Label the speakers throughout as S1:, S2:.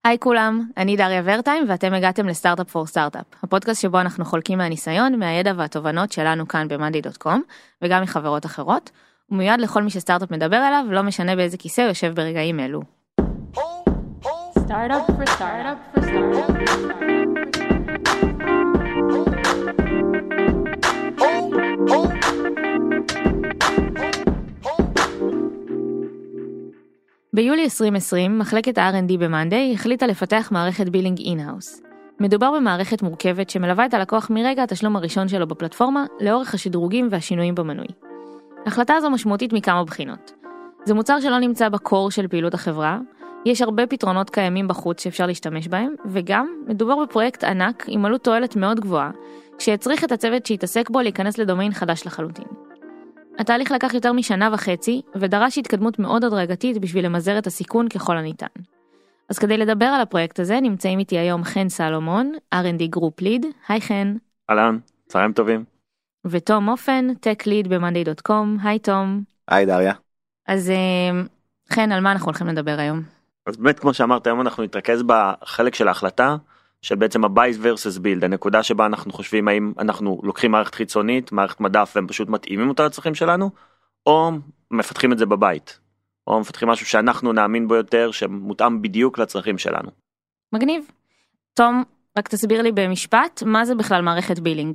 S1: היי כולם, אני דריה ורטיים ואתם הגעתם לסטארט-אפ פור סטארט-אפ, הפודקאסט שבו אנחנו חולקים מהניסיון, מהידע והתובנות שלנו כאן ב-monday.com וגם מחברות אחרות, ומיועד לכל מי שסטארט-אפ מדבר אליו, לא משנה באיזה כיסא הוא יושב ברגעים אלו. Startup for startup for startup. ביולי 2020, מחלקת ה-R&D ב-monday החליטה לפתח מערכת בילינג אין-האוס. מדובר במערכת מורכבת שמלווה את הלקוח מרגע התשלום הראשון שלו בפלטפורמה, לאורך השדרוגים והשינויים במנוי. ההחלטה הזו משמעותית מכמה בחינות. זה מוצר שלא נמצא בקור של פעילות החברה, יש הרבה פתרונות קיימים בחוץ שאפשר להשתמש בהם, וגם מדובר בפרויקט ענק עם עלות תועלת מאוד גבוהה, שיצריך את הצוות שיתעסק בו להיכנס לדומיין חדש לחלוטין. התהליך לקח יותר משנה וחצי, ודרש התקדמות מאוד הדרגתית בשביל למזער את הסיכון ככל הניתן. אז כדי לדבר על הפרויקט הזה, נמצאים איתי היום חן סלומון, R&D Group Lead. היי חן.
S2: אהלן, צהריים טובים.
S1: ותום אופן, Tech Lead ב-monday.com. היי תום.
S2: היי דריה.
S1: אז חן, על מה אנחנו הולכים לדבר היום?
S2: אז באמת כמו שאמרת, היום אנחנו נתרכז בחלק של ההחלטה, של בעצם ה-buy versus build, הנקודה שבה אנחנו חושבים האם אנחנו לוקחים מערכת חיצונית, מערכת מדף, והם פשוט מתאימים אותה לצרכים שלנו, או מפתחים את זה בבית, או מפתחים משהו שאנחנו נאמין בו יותר, שמותאם בדיוק לצרכים שלנו.
S1: מגניב. תום, רק תסביר לי במשפט, מה זה בכלל מערכת בילינג?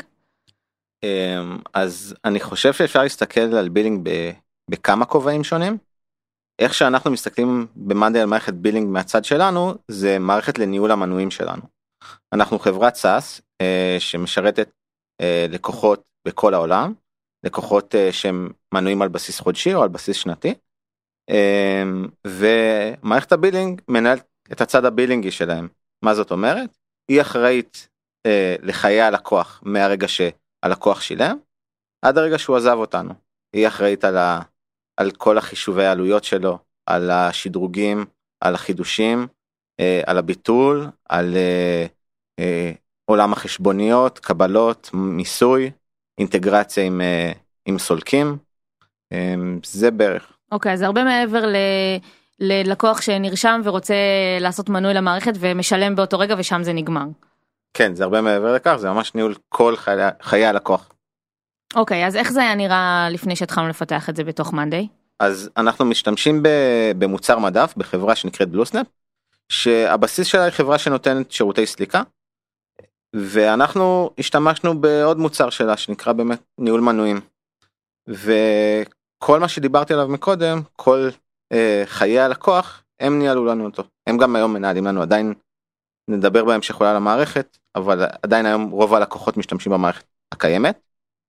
S3: אז אני חושב שאפשר להסתכל על בילינג בכמה כובעים שונים. איך שאנחנו מסתכלים ב-monday על מערכת בילינג מהצד שלנו, זה מערכת לניהול המנויים שלנו. אנחנו חברת SaaS שמשרתת לקוחות בכל העולם, לקוחות שהם מנויים על בסיס חודשי או על בסיס שנתי, ומערכת הבילינג מנהלת את הצד הבילינגי שלהם. מה זאת אומרת? היא אחראית לחיי הלקוח מהרגע שהלקוח שילם, עד הרגע שהוא עזב אותנו. היא אחראית על כל החישובי העלויות שלו, על השדרוגים, על החידושים, על הביטול, על עולם החשבוניות, קבלות, מיסוי, אינטגרציה עם סולקים, זה בערך.
S1: אוקיי, אז הרבה מעבר ללקוח שנרשם ורוצה לעשות מנוי למערכת ומשלם באותו רגע ושם זה נגמר.
S3: כן, זה הרבה מעבר לכך, זה ממש ניהול כל חיי הלקוח.
S1: אוקיי, אז איך זה היה נראה לפני שהתחלנו לפתח את זה בתוך monday?
S3: אז אנחנו משתמשים במוצר מדף, בחברה שנקראת בלוסנאפ, שהבסיס שלה היא חברה שנותנת שירותי סליקה, ואנחנו השתמשנו בעוד מוצר שלה שנקרא באמת ניהול מנויים, וכל מה שדיברתי עליו מקודם, כל חיי הלקוח, הם ניהלו לנו אותו, הם גם היום מנהלים לנו, עדיין נדבר בהמשך אולי על המערכת, אבל עדיין היום רוב הלקוחות משתמשים במערכת הקיימת,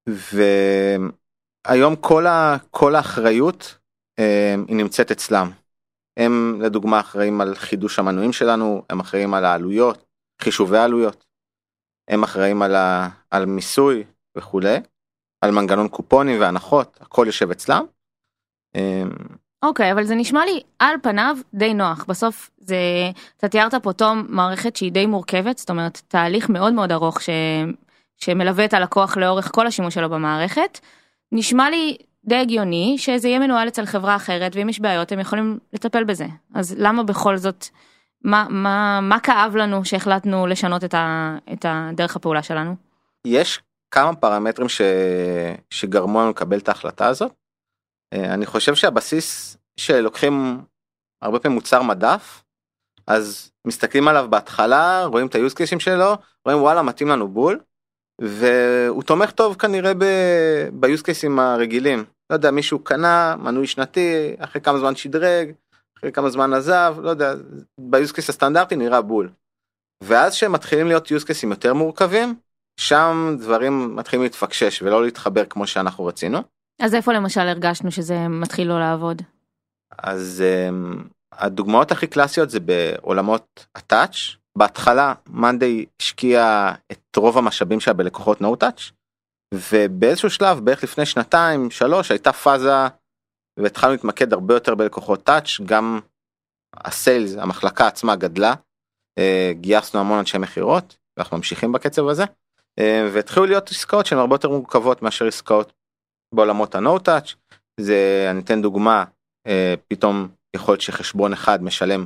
S3: והיום כל האחריות היא נמצאת אצלם. הם לדוגמה אחראים על חידוש המנויים שלנו, הם אחראים על העלויות, חישובי העלויות, הם אחראים על מיסוי וכו', על מנגנון קופונים והנחות, הכל יושב אצלם.
S1: אוקיי, אבל זה נשמע לי על פניו די נוח. בסוף אתה תיארת פה תום מערכת שהיא די מורכבת, זאת אומרת תהליך מאוד מאוד ארוך שמלווה את הלקוח לאורך כל השימוש שלו במערכת. נשמע לי די הגיוני שזה יהיה מנוהל אצל חברה אחרת, ואם יש בעיות הם יכולים לטפל בזה. אז למה בכל זאת, מה כאב לנו שהחלטנו לשנות את הדרך הפעולה שלנו?
S3: יש כמה פרמטרים שגרמו לנו לקבל את ההחלטה הזאת. אני חושב שהבסיס שלוקחים הרבה פעמים מוצר מדף, אז מסתכלים עליו בהתחלה, רואים את ה-use cases שלו, רואים וואלה מתאים לנו בול, והוא תומך טוב כנראה ב-use cases הרגילים. לא יודע, מישהו קנה, מנוי שנתי, אחרי כמה זמן שדרג, אחרי כמה זמן עזב, לא יודע, ב-use case הסטנדרטי נראה בול. ואז שמתחילים להיות use cases יותר מורכבים, שם דברים מתחילים להתפקשש ולא להתחבר כמו שאנחנו רצינו.
S1: אז איפה למשל הרגשנו שזה מתחיל לא לעבוד?
S3: אז הדוגמאות הכי קלאסיות זה בעולמות הטאץ'. בהתחלה monday השקיע את רוב המשאבים שלה בלקוחות no touch, ובאיזשהו שלב, בערך לפני 2-3, הייתה פאזה, והתחלנו להתמקד הרבה יותר בלקוחות טאץ', גם הסיילס, המחלקה עצמה גדלה, גייסנו המון אנשי מחירות, ואנחנו ממשיכים בקצב הזה, והתחילו להיות עסקאות שהן הרבה יותר מורכבות מאשר עסקאות בעולמות ה-no touch. זה, אני אתן דוגמה, פתאום יכול להיות שחשבון אחד משלם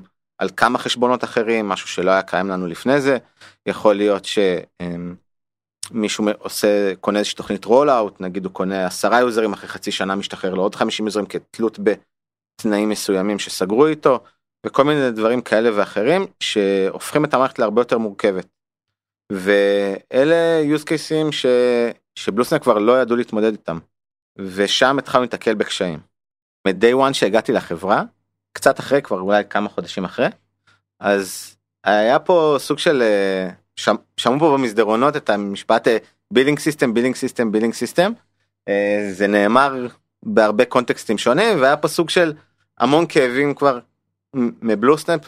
S3: על כמה חשבונות אחרים, משהו שלא היה קיים לנו לפני זה, יכול להיות שמישהו קונה איזושהי תוכנית רול-אוט, נגיד הוא קונה 10 יוזרים, אחרי חצי שנה משתחרר לו עוד 50 יוזרים, כתלות בתנאים מסוימים שסגרו איתו, וכל מיני דברים כאלה ואחרים, שהופכים את המערכת להרבה יותר מורכבת. ואלה use cases שבלוסנט כבר לא ידעו להתמודד איתם, ושם התחלנו להתקל בקשיים. מ-day one שהגעתי לחברה, קצת אחרי, כבר אולי כמה חודשים אחרי, אז היה פה סוג של, שמעו פה במסדרונות את המשפט בילינג סיסטם, בילינג סיסטם, בילינג סיסטם, זה נאמר בהרבה קונטקסטים שונים, והיה פה סוג של המון כאבים כבר מבלוסנאפ,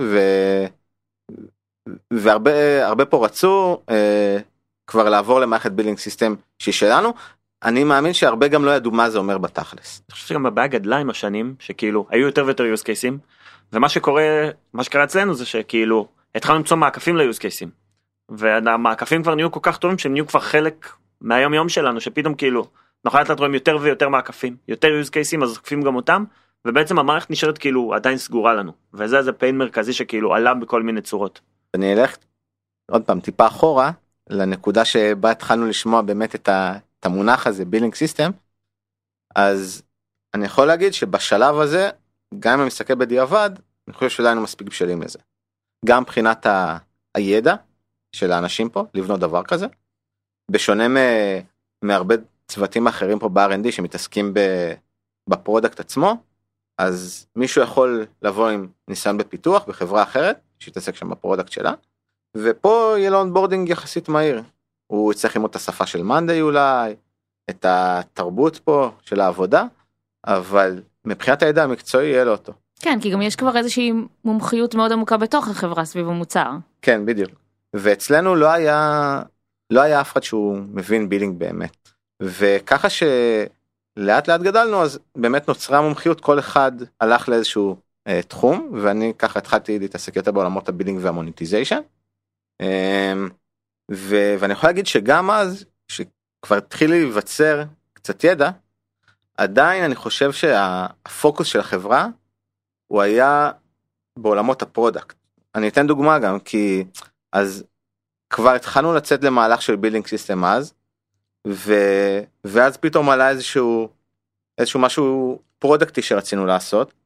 S3: והרבה פה רצו כבר לעבור למערכת בילינג סיסטם שהיא שלנו. אני מאמין שהרבה גם לא ידעו מה זה אומר בתכלס.
S2: אני חושב שגם הבעיה גדלה עם השנים, שכאילו היו יותר ויותר use cases, ומה שקורה, מה שקרה אצלנו זה שכאילו התחלנו למצוא מעקפים ל-use cases, והמעקפים כבר נהיו כל כך טובים, שהם נהיו כבר חלק מהיום יום שלנו, שפתאום כאילו נוכל לתת רואים יותר ויותר מעקפים, יותר use cases, אז עוקפים גם אותם, ובעצם המערכת נשארת כאילו עדיין סגורה לנו, וזה איזה פיין מרכזי שכאילו עלה בכל מיני צורות.
S3: אני אלך עוד פעם טיפה אחורה, לנקודה שבה התחלנו לשמוע באמת את המונח הזה, בילינג סיסטם, אז אני יכול להגיד שבשלב הזה, גם אם אני מסתכל בדיעבד, אני חושב שלא היינו מספיק בשלים לזה. גם מבחינת הידע של האנשים פה, לבנות דבר כזה, בשונה מהרבה צוותים אחרים פה ב-R&D שמתעסקים בפרודקט עצמו, אז מישהו יכול לבוא עם ניסיון בפיתוח בחברה אחרת, שיתעסק שם בפרודקט שלה, ופה יהיה לו אונבורדינג יחסית מהיר. הוא יצטרך ללמוד את השפה של מאנדיי אולי, את התרבות פה של העבודה, אבל מבחינת הידע המקצועי יהיה לו אותו.
S1: כן, כי גם יש כבר איזושהי מומחיות מאוד עמוקה בתוך החברה סביב המוצר.
S3: כן, בדיוק. ואצלנו לא היה אף אחד שהוא מבין בילינג באמת. וככה שלאט לאט גדלנו, אז באמת נוצרה מומחיות, כל אחד הלך לאיזשהו תחום, ואני ככה התחלתי להתעסק יותר בעולמות הבילינג והמוניטיזיישן. ואני יכול להגיד שגם אז, שכבר התחיל להיווצר קצת ידע, עדיין אני חושב שהפוקוס של החברה, הוא היה בעולמות הפרודקט. אני אתן דוגמה גם, כי אז כבר התחלנו לצאת למהלך של בילינג סיסטם אז, ואז פתאום עלה איזשהו משהו פרודקטי שרצינו לעשות.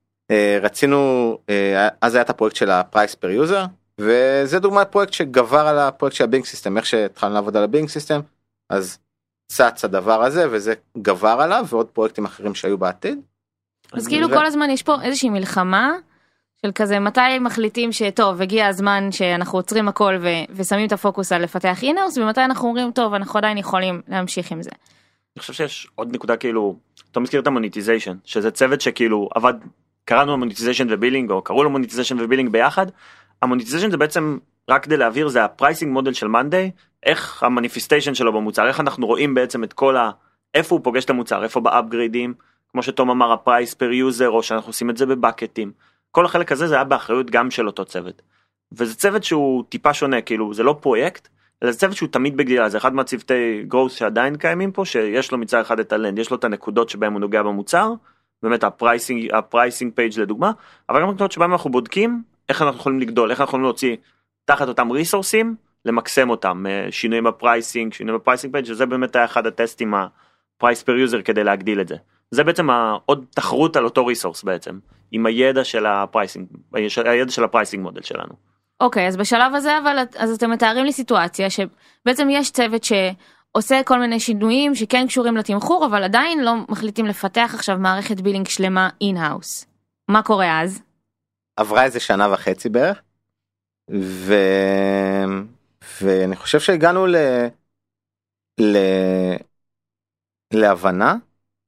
S3: אז היה את הפרויקט של ה-Price per User, וזה דוגמה פרויקט שגבר על הפרויקט של הבילינג סיסטם, איך שהתחלנו לעבוד על הבילינג סיסטם, אז צץ הדבר הזה, וזה גבר עליו, ועוד פרויקטים אחרים שהיו בעתיד.
S1: אז כאילו כל הזמן יש פה איזושהי מלחמה, של כזה מתי מחליטים שטוב, הגיע הזמן שאנחנו עוצרים הכל, ושמים את הפוקוס על לפתח אינאוס, ומתי אנחנו אומרים טוב, אנחנו עדיין יכולים להמשיך עם זה.
S2: אני חושב שיש עוד נקודה כאילו, אתה מזכיר את המוניטיזיישן, שזה צוות שכאילו עבד, קראנו המוניטיזיישן ובילינג, או קראו לו מוניטיזיישן ובילינג ביחד. המוניטיזיישן זה בעצם, רק כדי להעביר, זה הפרייסינג מודל של מאנדיי, איך המניפיסטיישן שלו במוצר, איך אנחנו רואים בעצם את כל איפה הוא פוגש את המוצר, איפה באפגריידים, כמו שתום אמר, הפרייס פר יוזר, או שאנחנו עושים את זה בבקטים. כל החלק הזה זה היה באחריות גם של אותו צוות. וזה צוות שהוא טיפה שונה, כאילו זה לא פרויקט, אלא זה צוות שהוא תמיד בגדילה, זה אחד מהצוותי growth שעדיין קיימים פה, שיש לו מצד אחד את הלנד, יש לו את הנקודות שבהם הוא נוגע במוצר, באמת הפרייסינג פייג' לדוגמה, אבל גם נקודות שבהם אנחנו בודקים, איך אנחנו יכולים לגדול, איך אנחנו יכולים להוציא תחת אותם ריסורסים, למקסם אותם, שינויים בפרייסינג פייג', שזה באמת היה אחד הטסטים הפרייס פר יוזר כדי להגדיל את זה. זה בעצם עוד תחרות על אותו ריסורס בעצם, עם הידע של הפרייסינג מודל שלנו.
S1: אוקיי, אז בשלב הזה, אבל אז אתם מתארים לי סיטואציה שבעצם יש צוות שעושה כל מיני שינויים שכן קשורים לתמחור, אבל עדיין לא מחליטים לפתח עכשיו מערכת בילינג שלמה אין-האוס. מה קורה אז?
S3: עברה איזה 1.5 שנה בערך, ואני חושב שהגענו להבנה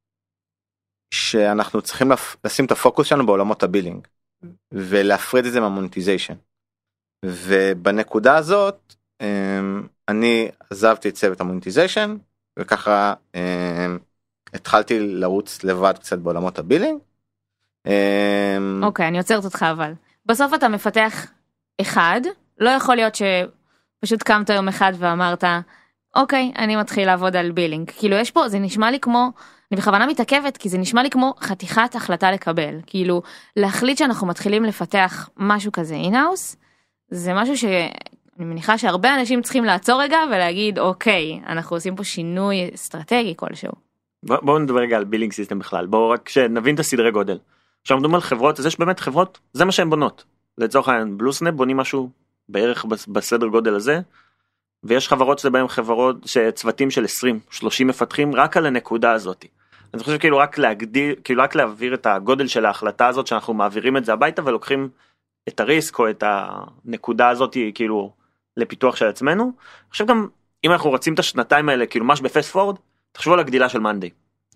S3: שאנחנו צריכים לשים את הפוקוס שלנו בעולמות הבילינג, ולהפריד את זה מהמוניטיזיישן. ובנקודה הזאת, אני עזבתי את צוות המוניטיזיישן, וככה התחלתי לרוץ לבד קצת בעולמות הבילינג.
S1: אוקיי, אני עוצרת אותך אבל. בסוף אתה מפתח אחד, לא יכול להיות שפשוט קמת יום אחד ואמרת, אוקיי, אני מתחיל לעבוד על בילינג. כאילו יש פה, זה נשמע לי כמו, אני בכוונה מתעכבת, כי זה נשמע לי כמו חתיכת החלטה לקבל. כאילו, להחליט שאנחנו מתחילים לפתח משהו כזה אין-האוס, זה משהו שאני מניחה שהרבה אנשים צריכים לעצור רגע ולהגיד, אוקיי, אנחנו עושים פה שינוי אסטרטגי כלשהו.
S2: בואו נדבר רגע על בילינג סיסטם בכלל, בואו רק שנבין את הסדרי גודל. עכשיו מדברים על חברות, אז יש באמת חברות, זה מה שהן בונות. לצורך העניין, בלוסנאפ בונים משהו בערך בסדר גודל הזה, ויש חברות שזה בהם חברות שצוותים של 20-30 מפתחים רק על הנקודה הזאת. אני חושב כאילו רק להגדיל, כאילו רק להעביר את הגודל של ההחלטה הזאת שאנחנו מעבירים את זה הביתה ולוקחים את הריסק או את הנקודה הזאת כאילו לפיתוח של עצמנו. עכשיו גם אם אנחנו רוצים את השנתיים האלה כאילו ממש בפסט פורד, תחשבו על הגדילה של מאנדיי.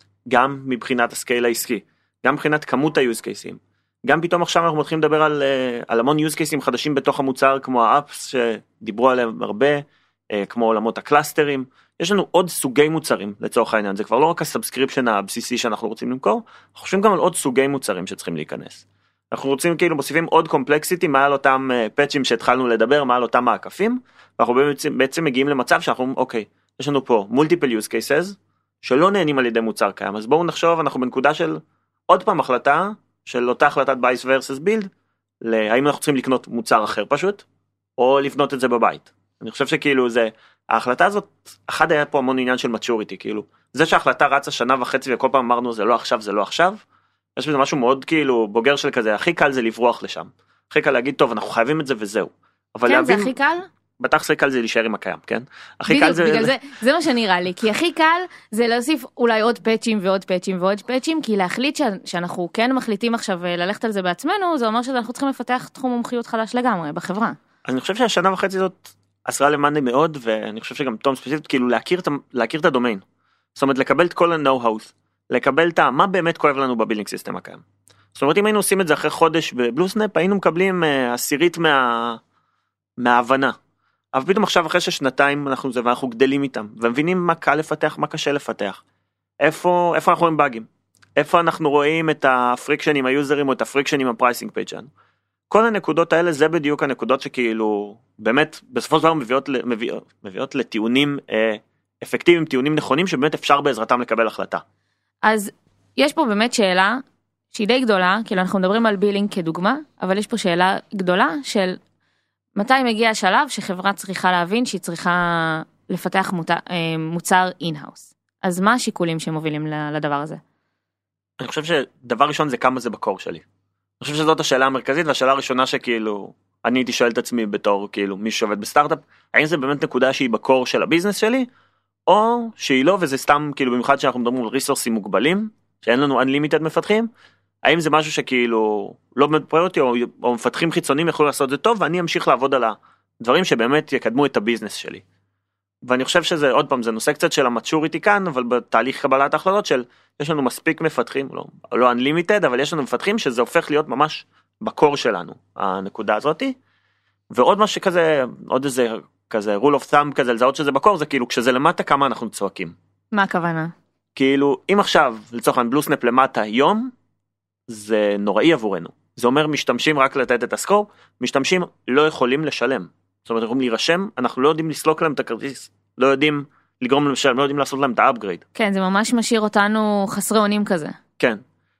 S2: גם מבחינת הסקייל העסקי, גם מבחינת כמות ה-use cases. גם פתאום עכשיו אנחנו מתחילים לדבר על המון use cases חדשים בתוך המוצר כמו האפס שדיברו עליהם הרבה. כמו עולמות הקלאסטרים, יש לנו עוד סוגי מוצרים לצורך העניין, זה כבר לא רק הסאבסקריפשן הבסיסי שאנחנו רוצים למכור, אנחנו חושבים גם על עוד סוגי מוצרים שצריכים להיכנס. אנחנו רוצים כאילו מוסיפים עוד קומפלקסיטי מעל אותם פאצ'ים שהתחלנו לדבר, מעל אותם מעקפים, ואנחנו בעצם מגיעים למצב שאנחנו, אוקיי, יש לנו פה multiple use cases, שלא נהנים על ידי מוצר קיים, אז בואו נחשוב, אנחנו בנקודה של עוד פעם החלטה, של אותה החלטת buy versus build, האם אנחנו צריכים לקנות מוצר אחר פשוט, או לבנות את זה בבית. אני חושב שכאילו זה, ההחלטה הזאת, אחד היה פה המון עניין של maturity, כאילו, זה שההחלטה רצה שנה וחצי וכל פעם אמרנו זה לא עכשיו, זה לא עכשיו, יש בזה משהו מאוד כאילו בוגר של כזה, הכי קל זה לברוח לשם, הכי קל להגיד טוב אנחנו חייבים את זה וזהו.
S1: כן, להבין, זה הכי קל?
S2: בטח הכי קל זה להישאר עם הקיים, כן? הכי
S1: בדיוק,
S2: קל זה...
S1: בגלל זה מה שנראה לי, כי הכי קל זה להוסיף אולי עוד פאצ'ים ועוד פאצ'ים ועוד פאצ'ים, כי להחליט שאנחנו כן מחליטים עכשיו ללכת על זה בעצמנו, זה אומר שאנחנו צריכים לפתח תחום מומחיות חדש לגמרי בחברה.
S2: אני חושב שהשנה וחצי זאת עזרה למאנדיי מאוד, ואני חושב שגם תום ספציפית, כאילו להכיר את הדומיין. זאת אומרת, לקבל את כל ה-know-how, לקבל את מה באמת כואב לנו בבילינג סיסטם הקיים. זאת אומרת, אם היינו עושים את זה אחרי חודש בבלוסנאפ, היינו מקבלים עשירית מההבנה. אבל פתאום עכשיו אחרי ששנתיים ואנחנו גדלים איתם, ומבינים מה קל לפתח, מה קשה לפתח. איפה אנחנו רואים באגים? איפה אנחנו רואים את הפריקשן עם היוזרים, או את הפריקשן עם הפרייסינג פייג' שלנו? כל הנקודות האלה זה בדיוק הנקודות שכאילו באמת בסופו של דבר מביאות לטיעונים אפקטיביים, טיעונים נכונים שבאמת אפשר בעזרתם לקבל החלטה.
S1: אז יש פה באמת שאלה שהיא די גדולה, כאילו אנחנו מדברים על בילינג כדוגמה, אבל יש פה שאלה גדולה של מתי מגיע השלב שחברה צריכה להבין שהיא צריכה לפתח מוצר אין-האוס. אז מה השיקולים שמובילים לדבר הזה?
S2: אני חושב שדבר ראשון זה כמה זה בקור שלי. אני חושב שזאת השאלה המרכזית, והשאלה הראשונה שכאילו, אני הייתי שואל את עצמי בתור כאילו מי שעובד בסטארט-אפ, האם זה באמת נקודה שהיא בקור של הביזנס שלי, או שהיא לא, וזה סתם כאילו במיוחד שאנחנו מדברים על ריסורסים מוגבלים, שאין לנו unlimited מפתחים, האם זה משהו שכאילו לא בפריוריטי, או מפתחים חיצוניים יכולו לעשות זה טוב, ואני אמשיך לעבוד על הדברים שבאמת יקדמו את הביזנס שלי. ואני חושב שזה, עוד פעם, זה נושא קצת של המצ'וריטי כאן, אבל בתהליך קבלת ההחלטות של, יש לנו מספיק מפתחים, לא unlimited, אבל יש לנו מפתחים שזה הופך להיות ממש בקור שלנו, הנקודה הזאת. ועוד מה שכזה, עוד איזה כזה rule of thumb כזה, לזהות שזה בקור, זה כאילו כשזה למטה כמה אנחנו צועקים.
S1: מה הכוונה? כאילו,
S2: אם עכשיו, לצורך העניין בלוסנאפ למטה יום, זה נוראי עבורנו. זה אומר משתמשים רק לתת את הסקופ, משתמשים לא יכולים לשלם. זאת אומרת, יכולים להירשם, אנחנו לא יודעים לסלוק להם את הכרטיס, לא יודעים לגרום להם לשלם, לא יודעים לעשות להם את האפגרייד.
S1: כן, זה ממש משאיר אותנו חסרי אונים כזה.
S2: כן,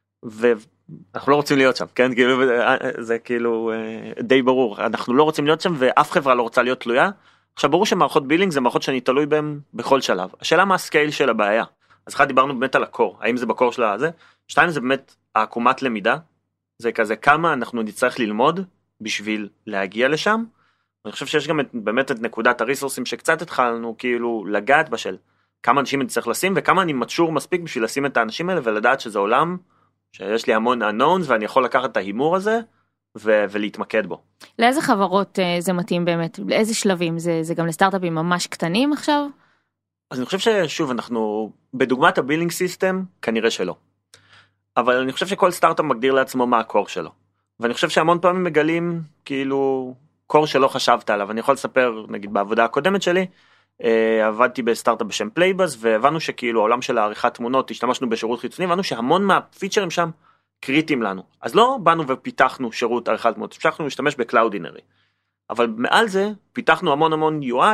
S2: ואנחנו לא רוצים להיות שם, כן, זה כאילו די ברור, אנחנו לא רוצים להיות שם, ואף חברה לא רוצה להיות תלויה. עכשיו, ברור שמערכות בילינג זה מערכות שאני תלוי בהם בכל שלב. השאלה מה הסקייל של הבעיה. אז אחד דיברנו באמת על הקור, האם זה בקור של הזה? שתיים זה באמת העקומת למידה, זה כזה כמה אנחנו נצטרך ללמוד בשביל להגיע לשם. אני חושב שיש גם באמת את נקודת הריסורסים שקצת התחלנו כאילו לגעת בשל כמה אנשים אני צריך לשים וכמה אני מצ'ור מספיק בשביל לשים את האנשים האלה ולדעת שזה עולם שיש לי המון unknowns ואני יכול לקחת את ההימור הזה ולהתמקד בו.
S1: לאיזה חברות זה מתאים באמת? לאיזה שלבים? זה גם לסטארט-אפים ממש קטנים עכשיו?
S2: אז אני חושב ששוב אנחנו בדוגמת הבילינג סיסטם כנראה שלא. אבל אני חושב שכל סטארט-אפ מגדיר לעצמו מה הקור שלו. ואני חושב שהמון פעמים מגלים כאילו קור שלא חשבת עליו. אני יכול לספר, נגיד בעבודה הקודמת שלי, עבדתי בסטארט-אפ בשם פלייבאז, והבנו שכאילו העולם של העריכת תמונות, השתמשנו בשירות חיצוני, הבנו שהמון מהפיצ'רים שם קריטיים לנו. אז לא באנו ופיתחנו שירות עריכת תמונות, המשכנו להשתמש בקלאודינרי. אבל מעל זה פיתחנו המון UI,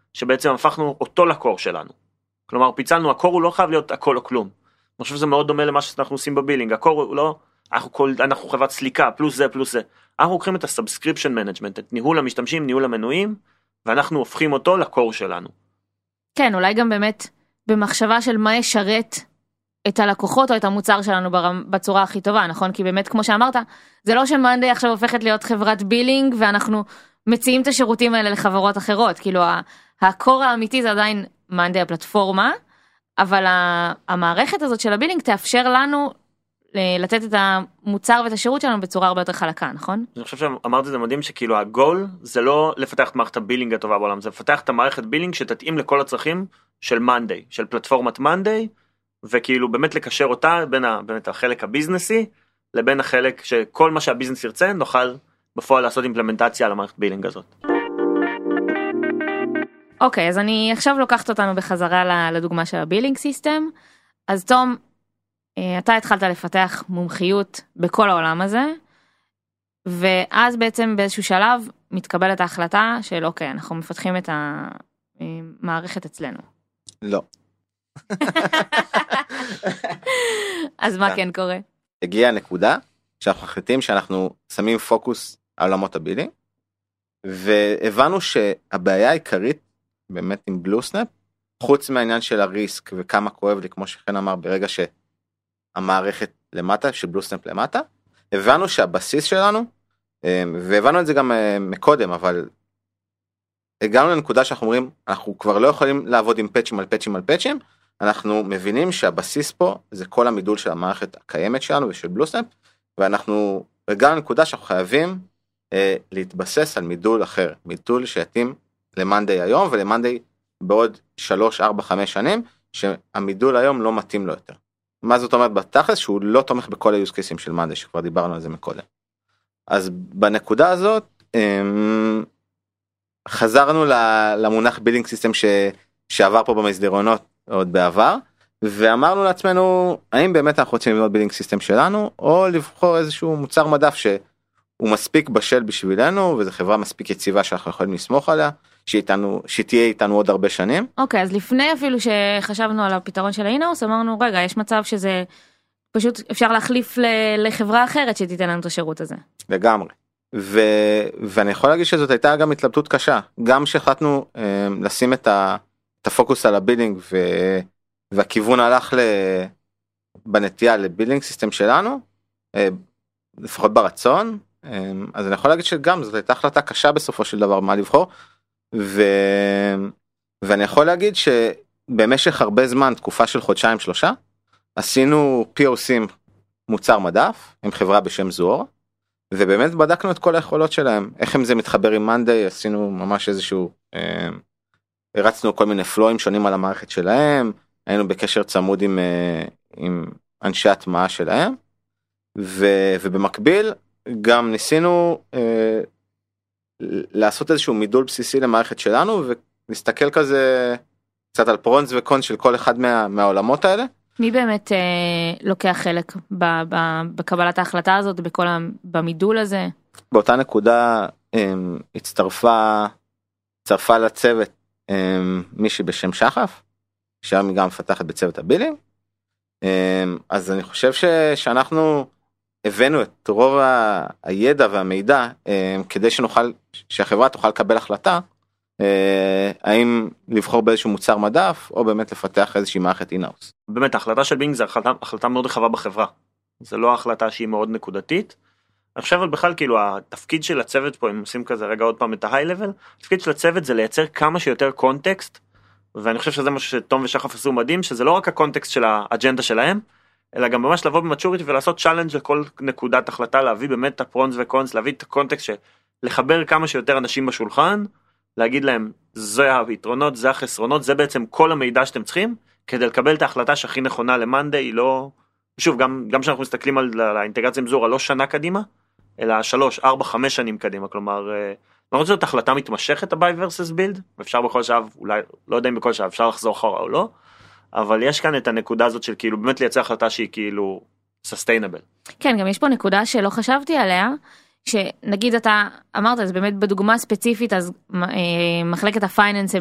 S2: שבעצם הפכנו אותו לקור שלנו. כלומר, פיצלנו, הקור הוא לא חייב להיות הכל או כלום. אני חושב שזה מאוד דומה למה שאנחנו עושים בבילינג. הקור הוא לא, אנחנו חברת סליקה, פלוס זה, פלוס זה. אנחנו לוקחים את הסאבסקריפשן מנג'מנט, את ניהול המשתמשים, ניהול המנויים, ואנחנו הופכים אותו לקור שלנו.
S1: כן, אולי גם באמת במחשבה של מה ישרת את הלקוחות או את המוצר שלנו בצורה הכי טובה, נכון? כי באמת, כמו שאמרת, זה לא שמאנדיי עכשיו הופכת להיות חברת בילינג, ואנחנו מציעים את השירותים האלה לחברות אחרות. כאילו, הקור האמיתי זה עדיין מאנדיי הפלטפורמה, אבל המערכת הזאת של הבילינג תאפשר לנו לתת את המוצר ואת השירות שלנו בצורה הרבה יותר חלקה, נכון?
S2: אני חושב שאמרתי זה מדהים שכאילו הגול זה לא לפתח את מערכת הבילינג הטובה בעולם, זה לפתח את המערכת בילינג שתתאים לכל הצרכים של מאנדיי, של פלטפורמת מאנדיי, וכאילו באמת לקשר אותה בין באמת החלק הביזנסי, לבין החלק שכל מה שהביזנס ירצה נוכל בפועל לעשות אימפלמנטציה על המערכת בילינג הזאת.
S1: אוקיי, אז אני עכשיו לוקחת אותנו בחזרה לדוגמה של הבילינג סיסטם. אז תום, אתה התחלת לפתח מומחיות בכל העולם הזה, ואז בעצם באיזשהו שלב מתקבלת ההחלטה של אוקיי, אנחנו מפתחים את המערכת אצלנו.
S3: לא.
S1: אז מה כן קורה?
S3: הגיעה הנקודה שאנחנו מחליטים שאנחנו שמים פוקוס על עולמות הבילינג, והבנו שהבעיה העיקרית באמת עם בלוסנאפ, חוץ מהעניין של הריסק וכמה כואב לי, כמו שכן אמר, ברגע שהמערכת למטה, שבלוסנאפ למטה, הבנו שהבסיס שלנו, והבנו את זה גם מקודם, אבל הגענו לנקודה שאנחנו אומרים, אנחנו כבר לא יכולים לעבוד עם פאצ'ים על פאצ'ים על פאצ'ים, אנחנו מבינים שהבסיס פה זה כל המידול של המערכת הקיימת שלנו ושל בלוסנאפ, ואנחנו הגענו לנקודה שאנחנו חייבים להתבסס על מידול אחר, מידול שיתאים למאנדיי היום ולמאנדיי בעוד 3, 4, 5 שנים, שהמידול היום לא מתאים לו יותר. מה זאת אומרת בתכלס? שהוא לא תומך בכל ה-use cases של מאנדיי, שכבר דיברנו על זה מקודם. אז בנקודה הזאת, חזרנו למונח בילינג סיסטם שעבר פה במסדרונות עוד בעבר, ואמרנו לעצמנו, האם באמת אנחנו רוצים לבנות בילינג סיסטם שלנו, או לבחור איזשהו מוצר מדף שהוא מספיק בשל בשבילנו, וזו חברה מספיק יציבה שאנחנו יכולים לסמוך עליה, שתהיה איתנו עוד הרבה שנים.
S1: אוקיי, אז לפני אפילו שחשבנו על הפתרון של האינהאוס, אמרנו, רגע, יש מצב שזה פשוט אפשר להחליף לחברה אחרת שתיתן לנו את השירות הזה.
S3: לגמרי. ואני יכול להגיד שזאת הייתה גם התלבטות קשה, גם שהחלטנו לשים את הפוקוס על הבילינג, והכיוון הלך בנטייה לבילינג סיסטם שלנו, לפחות ברצון, אז אני יכול להגיד שגם זאת הייתה החלטה קשה בסופו של דבר מה לבחור, ואני יכול להגיד שבמשך הרבה זמן, תקופה של 2-3, עשינו POCים מוצר מדף, עם חברה בשם זוהר, ובאמת בדקנו את כל היכולות שלהם, איך זה מתחבר עם מאנדיי, עשינו ממש איזשהו, הרצנו כל מיני פלואים שונים על המערכת שלהם, היינו בקשר צמוד עם אנשי הטמעה שלהם, ובמקביל גם ניסינו לעשות איזשהו מידול בסיסי למערכת שלנו, ונסתכל כזה קצת על פרונס וקונס של כל אחד מהעולמות האלה.
S1: מי באמת לוקח חלק בקבלת ההחלטה הזאת, במידול הזה?
S3: באותה נקודה הצטרפה לצוות מישהי בשם שחף, שהיום היא גם מפתחת בצוות הבילינג, אז אני חושב שאנחנו הבאנו את רוב הידע והמידע, כדי שהחברה תוכל לקבל החלטה, האם לבחור באיזשהו מוצר מדף, או באמת לפתח איזושהי מערכת אינהאוס.
S2: באמת, ההחלטה של בילינג זה החלטה מאוד רחבה בחברה. זה לא החלטה שהיא מאוד נקודתית. אני חושב בכלל, כאילו, התפקיד של הצוות פה, אם עושים כזה רגע עוד פעם את ה-high level, התפקיד של הצוות זה לייצר כמה שיותר קונטקסט, ואני חושב שזה מה שתום ושחף עשו מדהים, שזה לא רק הקונטקסט של האג'נדה שלהם, אלא גם ממש לבוא במצ'וריטי ולעשות צ'אלנג' לכל נקודת החלטה, להביא באמת את הפרונס וקונס, להביא את הקונטקסט לחבר כמה שיותר אנשים בשולחן, להגיד להם, זה היתרונות, זה החסרונות, זה בעצם כל המידע שאתם צריכים, כדי לקבל את ההחלטה שהכי נכונה למאנדיי, לא, שוב, גם שאנחנו מסתכלים על האינטגרציה עם זורה, לא שנה קדימה, אלא 3, 4, 5 שנים קדימה, כלומר, למרות שזאת החלטה מתמשכת, ה-buy versus build, ואפשר בכל שלב, אולי, לא יודע אם בכל שלב, אפשר לחזור אחורה או לא, אבל יש כאן את הנקודה הזאת של כאילו, באמת לייצר החלטה שהיא כאילו, sustainable.
S1: כן, גם יש פה נקודה שלא חשבתי עליה, שנגיד אתה אמרת, אז באמת בדוגמה ספציפית, אז מחלקת הפייננס הם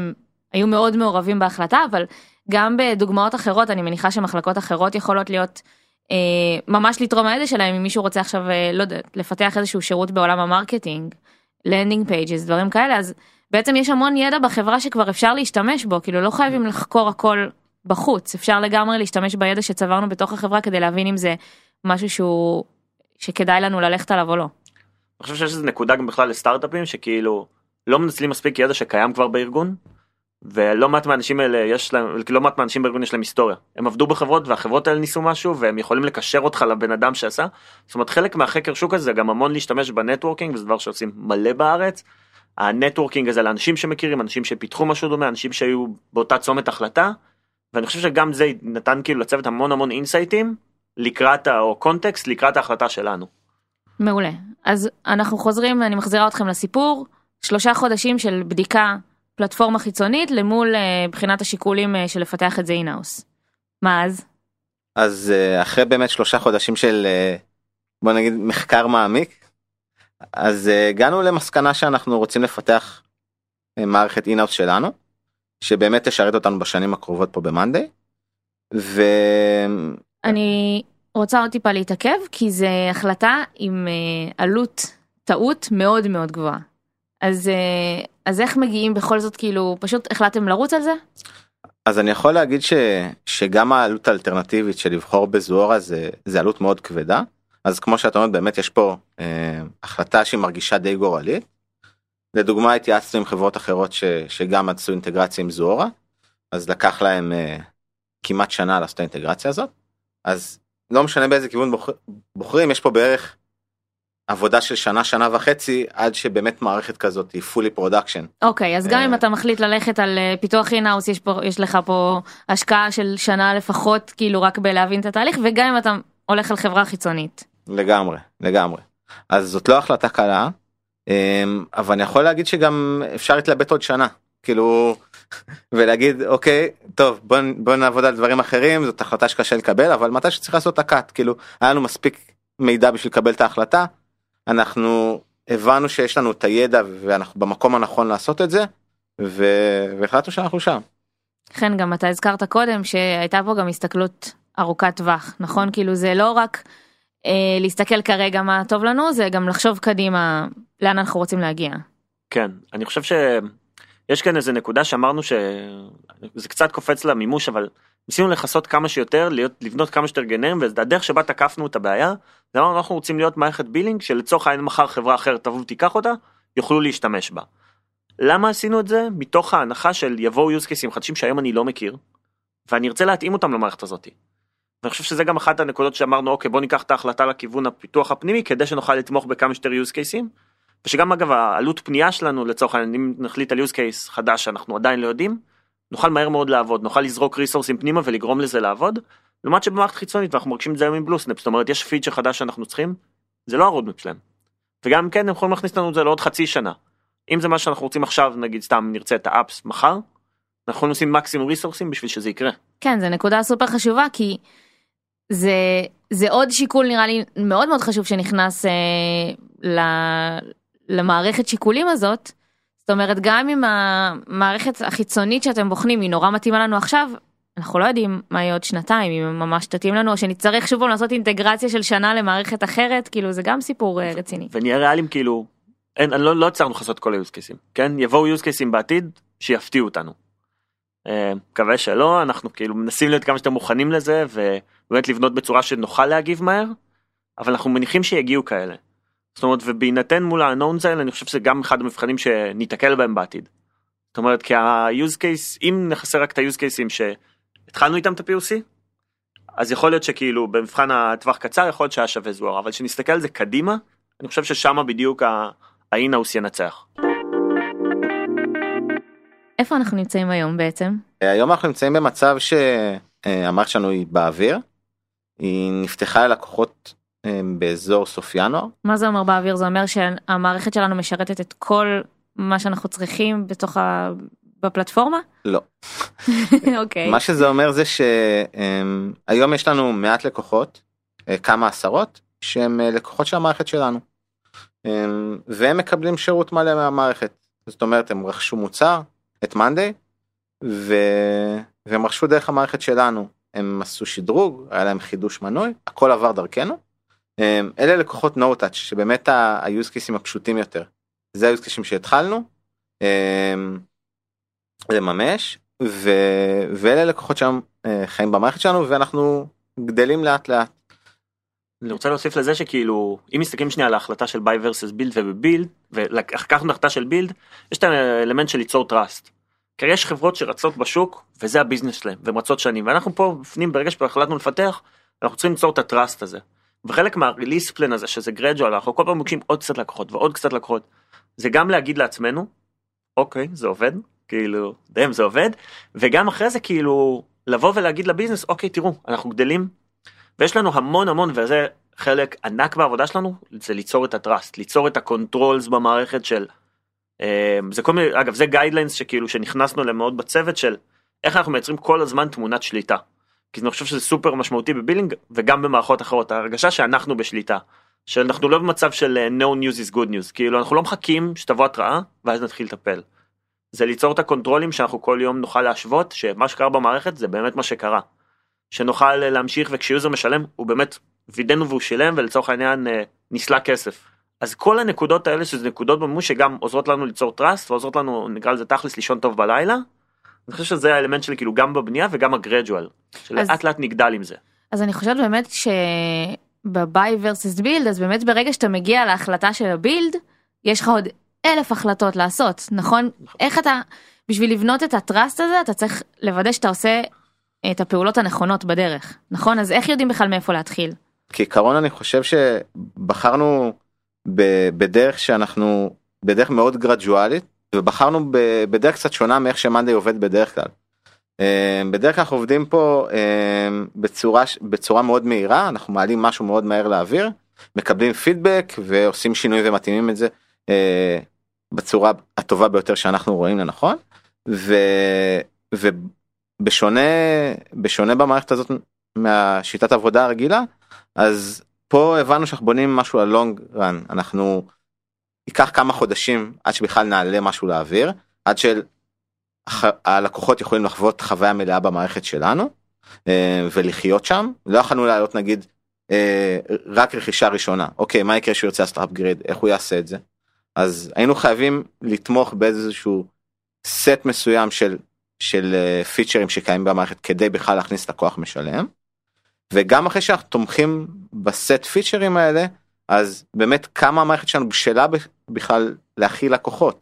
S1: היו מאוד מעורבים בהחלטה, אבל גם בדוגמאות אחרות, אני מניחה שמחלקות אחרות יכולות להיות ממש לתרום הידע שלהם, אם מישהו רוצה עכשיו, לא יודע, לפתח איזשהו שירות בעולם המרקטינג, לנדינג פייג'ס, דברים כאלה, אז בעצם יש המון ידע בחברה שכבר אפשר להשתמש בו, כאילו לא חייבים לחקור הכל בחוץ, אפשר לגמרי להשתמש בידע שצברנו בתוך החברה, כדי להבין אם זה משהו שכדאי לנו ללכת עליו או לא.
S2: אני חושב שיש איזו נקודה גם בכלל לסטארט-אפים, שכאילו לא מנצלים מספיק ידע שקיים כבר בארגון, ולא מעט מהאנשים האלה יש להם, לא מעט מהאנשים בארגון יש להם היסטוריה. הם עבדו בחברות, והחברות האלה ניסו משהו, והם יכולים לקשר אותך לבן אדם שעשה. זאת אומרת, חלק מהחקר שוק הזה, גם המון להשתמש בנטוורקינג, וזה דבר שעושים מלא בארץ. הנטוורקינג הזה לאנשים שמכירים, אנשים שפיתחו משהו דומה, אנשים שהיו באותה צומת החלטה, ואני חושב שגם זה נתן כאילו לצוות המון אינסייטים, לקראת, או קונטקסט, לקראת ההחלטה שלנו.
S1: מעולה. אז אנחנו חוזרים, אני מחזירה אתכם לסיפור, 3 חודשים של בדיקה פלטפורמה חיצונית למול בחינת השיקולים של לפתח את זה אינאוס. מה אז?
S3: אז אחרי באמת 3 חודשים של, בוא נגיד, מחקר מעמיק, אז הגענו למסקנה שאנחנו רוצים לפתח מערכת אינאוס שלנו, שבאמת תשרת אותנו בשנים הקרובות פה במאנדיי,
S1: אני רוצה עוד טיפה להתעכב, כי זה החלטה עם עלות טעות מאוד מאוד גבוהה. אז איך מגיעים בכל זאת, כאילו, פשוט החלטתם לרוץ על זה?
S3: אז אני יכול להגיד שגם העלות האלטרנטיבית של לבחור בזוהרה זה עלות מאוד כבדה. אז כמו שאת אומרת, באמת יש פה החלטה שהיא מרגישה די גורלית. לדוגמה, התייעצנו עם חברות אחרות שגם עשו אינטגרציה עם זוהרה, אז לקח להם כמעט שנה לעשות האינטגרציה הזאת. אז לא משנה באיזה כיוון בוחרים, יש פה בערך עבודה של שנה וחצי, עד שבאמת מערכת כזאת היא fully production.
S1: אוקיי, אז גם אם אתה מחליט ללכת על פיתוח אינאוס, יש לך פה השקעה של שנה לפחות, כאילו רק בלהבין את התהליך, וגם אם אתה הולך על חברה חיצונית.
S3: לגמרי. אז זאת לא החלטה קלה, אבל אני יכול להגיד שגם אפשר להתלבט עוד שנה, כאילו, ולהגיד, אוקיי, טוב, בוא נעבוד על דברים אחרים, זאת החלטה שקשה לקבל, אבל מתי שצריך לעשות הקאט, כאילו, היה לנו מספיק מידע בשביל לקבל את ההחלטה, אנחנו הבנו שיש לנו את הידע, ואנחנו במקום הנכון לעשות את זה, והחלטנו שאנחנו שם.
S1: כן, גם אתה הזכרת קודם, שהייתה פה גם הסתכלות ארוכת טווח, נכון? כאילו, זה לא רק להסתכל כרגע מה טוב לנו, זה גם לחשוב קדימה לאן אנחנו רוצים להגיע. כן,
S2: אני חושב שיש כאן איזה נקודה שאמרנו שזה קצת קופץ למימוש, אבל ניסינו לחסות כמה שיותר, לבנות כמה שיותר גנרים, והדרך שבה תקפנו את הבעיה, זה אמרנו, אנחנו רוצים להיות מערכת בילינג, שלצורך העין מחר חברה אחרת תבוא ותיקח אותה, יוכלו להשתמש בה. למה עשינו את זה? מתוך ההנחה של יבואו use cases חדשים שהיום אני לא מכיר, ואני ארצה להתאים אותם למערכת הזאת. ואני חושב שזה גם אחת הנקודות שאמרנו, אוקיי, בוא ניקח את ההחלטה לכיוון הפיתוח הפנימי, כדי שנוכל לתמוך בכמה שיותר use cases, ושגם אגב, העלות פנייה שלנו, לצורך העניין, אם נחליט על use case חדש שאנחנו עדיין לא יודעים, נוכל מהר מאוד לעבוד, נוכל לזרוק ריסורסים פנימה ולגרום לזה לעבוד, לעומת שבמערכת חיצונית, ואנחנו מרגישים את זה היום עם בלוסנפ, זאת אומרת, יש פיצ'ר חדש שאנחנו צריכים, זה לא הרודמפ שלהם. וגם כן, הם יכולים להכניס לנו את זה לעוד חצי שנה. אם זה מה שאנחנו רוצים עכשיו, נגיד סתם נרצה את האפס מחר, אנחנו יכולים לשים מקסימום ריסורסים בשביל שזה יקרה. כן, זה נקודה סופר חשובה, כי זה עוד שיקול נראה לי מאוד מאוד חשוב שנכנס למערכת שיקולים הזאת. זאת אומרת, גם אם המערכת החיצונית שאתם בוחנים היא נורא מתאימה לנו עכשיו, אנחנו לא יודעים מה יהיה עוד שנתיים, אם ממש תתאים לנו, או שנצטרך שוב לעשות אינטגרציה של שנה למערכת אחרת, כאילו זה גם סיפור רציני. ונהיה ריאליים, כאילו, לא הצלחנו לחסות כל ה-use cases, כן? יבואו use cases בעתיד שיפתיעו אותנו. מקווה שלא, אנחנו כאילו מנסים להיות כמה שאתם מוכנים לזה, ובאמת לבנות בצורה שנוכל להגיב מהר, אבל אנחנו מניחים שיגיעו כאלה. זאת אומרת, ובהינתן מול ה-unknowns האלה, אני חושב שזה גם אחד המבחנים שניתקל בהם בעתיד. זאת אומרת, כי ה-use case, אם נחסר רק את ה-use cases שהתחלנו איתם את ה-POC, אז יכול להיות שכאילו במבחן הטווח קצר, יכול להיות שהיה שווה זוהר, אבל שנסתכל על זה קדימה, אני חושב ששם בדיוק ה-in-house ינצח. איפה אנחנו נמצאים היום בעצם?
S3: היום אנחנו נמצאים במצב שהמערכת שלנו היא באוויר, היא נפתחה ללקוחות באזור סוף ינואר.
S1: מה זה אומר באוויר? זה אומר שהמערכת שלנו משרתת את כל מה שאנחנו צריכים בפלטפורמה?
S3: לא.
S1: אוקיי.
S3: מה שזה אומר זה שהיום יש לנו מעט לקוחות, כמה עשרות, שהם לקוחות של המערכת שלנו. והם מקבלים שירות מלא מהמערכת. זאת אומרת, הם רכשו מוצר, את מאנדיי, והם רכשו דרך המערכת שלנו, הם עשו שדרוג, היה להם חידוש מנוי, הכל עבר דרכנו. אלה לקוחות no-touch, שבאמת ה-use cases הפשוטים יותר. זה ה-use cases שהתחלנו לממש, ואלה לקוחות שם חיים במערכת שלנו, ואנחנו גדלים לאט לאט.
S2: אני רוצה להוסיף לזה שכאילו, אם מסתכלים שנייה על ההחלטה של buy versus build ובbuild, ולקחנו החלטה של build, יש את האלמנט של ליצור trust. כי יש חברות שרצות בשוק, וזה הביזנס שלהם, והן רצות שנים, ואנחנו פה בפנים, ברגע שהחלטנו לפתח, אנחנו צריכים ליצור את הטראסט הזה. וחלק מהריליס פלן הזה, שזה גרדואל, אנחנו כל פעם מוקשים עוד קצת לקוחות, ועוד קצת לקוחות. זה גם להגיד לעצמנו, אוקיי, זה עובד, כאילו, דם, זה עובד, וגם אחרי זה כאילו, לבוא ולהגיד לביזנס, אוקיי, תראו, אנחנו גדלים, ויש לנו המון, וזה חלק ענק בעבודה שלנו, זה ליצור את הטראסט, ליצור את הקונטרולס במערכת של, זה כל מיני, אגב, זה גיידליינס שכאילו, שנכנסנו למאוד בצוות של, איך אנחנו מייצרים כל הזמן תמונת שליטה, כי אני חושב שזה סופר משמעותי בבילינג, וגם במערכות אחרות, ההרגשה שאנחנו בשליטה, שאנחנו לא במצב של no news is good news, כאילו אנחנו לא מחכים שתבוא התראה, ואז נתחיל לטפל. זה ליצור את הקונטרולים שאנחנו כל יום נוכל להשוות, שמה שקרה במערכת זה באמת מה שקרה. שנוכל להמשיך וכשיוזר משלם, הוא באמת וידנו והוא שילם, ולצורך העניין נסלה כסף. אז כל הנקודות האלה, שזה נקודות במימוש שגם עוזרות לנו ליצור טראסט, ועוזרות לנו, נקרא לזה תכלס, לישון טוב בלילה. אני חושב שזה האלמנט שלי כאילו גם בבנייה וגם הגרדואל, שלאט לאט נגדל עם זה.
S1: אז אני חושבת באמת שבביי versus build, אז באמת ברגע שאתה מגיע להחלטה של הבילד, יש לך עוד 1000 החלטות לעשות, נכון? איך אתה, בשביל לבנות את הטראסט הזה, אתה צריך לוודא שאתה עושה את הפעולות הנכונות בדרך, נכון? אז איך יודעים בכלל מאיפה להתחיל?
S3: כעיקרון אני חושב שבחרנו בדרך שאנחנו, בדרך מאוד גרדואלית, ובחרנו בדרך קצת שונה מאיך שמאנדיי עובד בדרך כלל. בדרך כלל אנחנו עובדים פה בצורה מאוד מהירה, אנחנו מעלים משהו מאוד מהר לאוויר, מקבלים פידבק ועושים שינוי ומתאימים את זה בצורה הטובה ביותר שאנחנו רואים לנכון, ובשונה במערכת הזאת מהשיטת עבודה הרגילה, אז פה הבנו שאנחנו בונים משהו על long run, אנחנו ייקח כמה חודשים עד שבכלל נעלה משהו לאוויר, עד שהלקוחות יכולים לחוות חוויה מלאה במערכת שלנו, ולחיות שם. לא יכולנו לעלות נגיד רק רכישה ראשונה, אוקיי, מה יקרה שהוא יוצא לעשות upgrade, איך הוא יעשה את זה? אז היינו חייבים לתמוך באיזשהו סט מסוים של פיצ'רים שקיימים במערכת, כדי בכלל להכניס לקוח משלם, וגם אחרי שאנחנו תומכים בסט פיצ'רים האלה, אז באמת כמה המערכת שלנו בשלה בכלל להכיל לקוחות.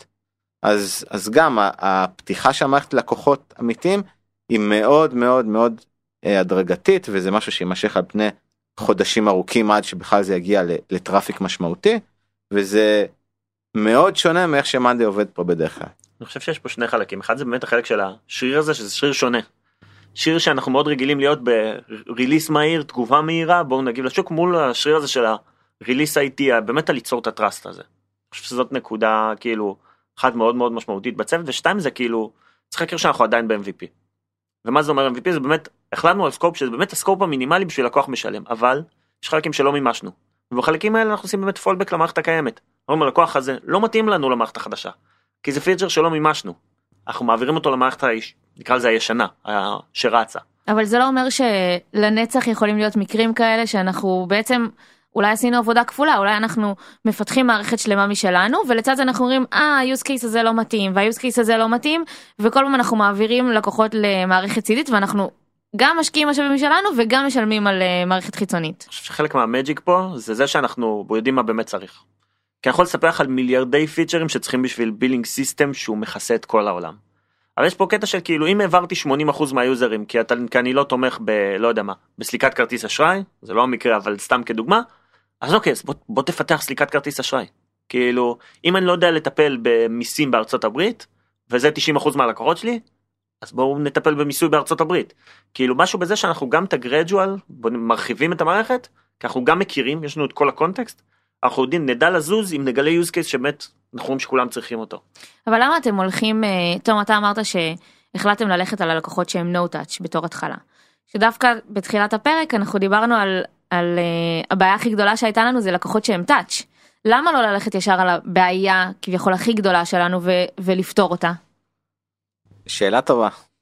S3: אז גם הפתיחה של המערכת לקוחות אמיתיים, היא מאוד מאוד מאוד הדרגתית, וזה משהו שימשך על פני חודשים ארוכים, עד שבכלל זה יגיע לטראפיק משמעותי, וזה מאוד שונה מאיך שמאנדיי עובד פה בדרך כלל.
S2: אני חושב שיש פה שני חלקים, אחד זה באמת החלק של השריר הזה, שזה שריר שונה. שריר שאנחנו מאוד רגילים להיות בריליס מהיר, תגובה מהירה, בואו נגיב לשוק, מול השריר הזה של ריליס IT, באמת ליצור את הטראסט הזה. אני חושב שזאת נקודה, כאילו, אחת מאוד מאוד משמעותית בצוות, ושתיים זה כאילו, צריך להכיר שאנחנו עדיין ב-MVP. ומה זה אומר MVP? זה באמת, החלטנו על סקופ, שזה באמת הסקופ המינימלי בשביל לקוח משלם, אבל יש חלקים שלא מימשנו. ובחלקים האלה אנחנו עושים באמת פולבק למערכת הקיימת. אומרים, הלקוח הזה לא מתאים לנו למערכת החדשה, כי זה פיצ'ר שלא מימשנו. אנחנו מעבירים אותו למערכת, נקרא לזה הישנה, שרצה.
S1: אבל זה לא אומר שלנצח יכולים להיות מקרים כאלה שאנחנו בעצם אולי עשינו עבודה כפולה, אולי אנחנו מפתחים מערכת שלמה משלנו, ולצד זה אנחנו אומרים, ה-use case הזה לא מתאים, וה-use case הזה לא מתאים, וכל פעם אנחנו מעבירים לקוחות למערכת צידית, ואנחנו גם משקיעים משאבים משלנו, וגם משלמים על מערכת חיצונית.
S2: אני חושב שחלק מהמג'יק פה, זה שאנחנו יודעים מה באמת צריך. כי אני יכול לספר לך על מיליארדי פיצ'רים שצריכים בשביל בילינג סיסטם, שהוא מכסה את כל העולם. אבל יש פה קטע של כאילו, אם העברתי 80% מהיוזרים, כי אני לא תומך לא יודע מה, בסליקת כרטיס אשראי, זה לא המקרה, אבל סתם כדוגמה, אז אוקיי, אז בוא תפתח סליקת כרטיס אשראי. כאילו, אם אני לא יודע לטפל במיסים בארצות הברית, וזה 90% מהלקוחות שלי, אז בואו נטפל במיסוי בארצות הברית. כאילו, משהו בזה שאנחנו גם את הגרדואל, מרחיבים את המערכת, כי אנחנו גם מכירים, יש לנו את כל הקונטקסט, אנחנו יודעים, נדע לזוז אם נגלה use case שבאמת אנחנו רואים שכולם צריכים אותו.
S1: אבל למה אתם הולכים, תום, אתה אמרת שהחלטתם ללכת על הלקוחות שהם no touch בתור התחלה. שדווקא בתחילת הפרק אנחנו דיברנו על הבעיה הכי גדולה שהייתה לנו, זה לקוחות שהם touch. למה לא ללכת ישר על הבעיה כביכול הכי גדולה שלנו ולפתור אותה?
S3: שאלה טובה.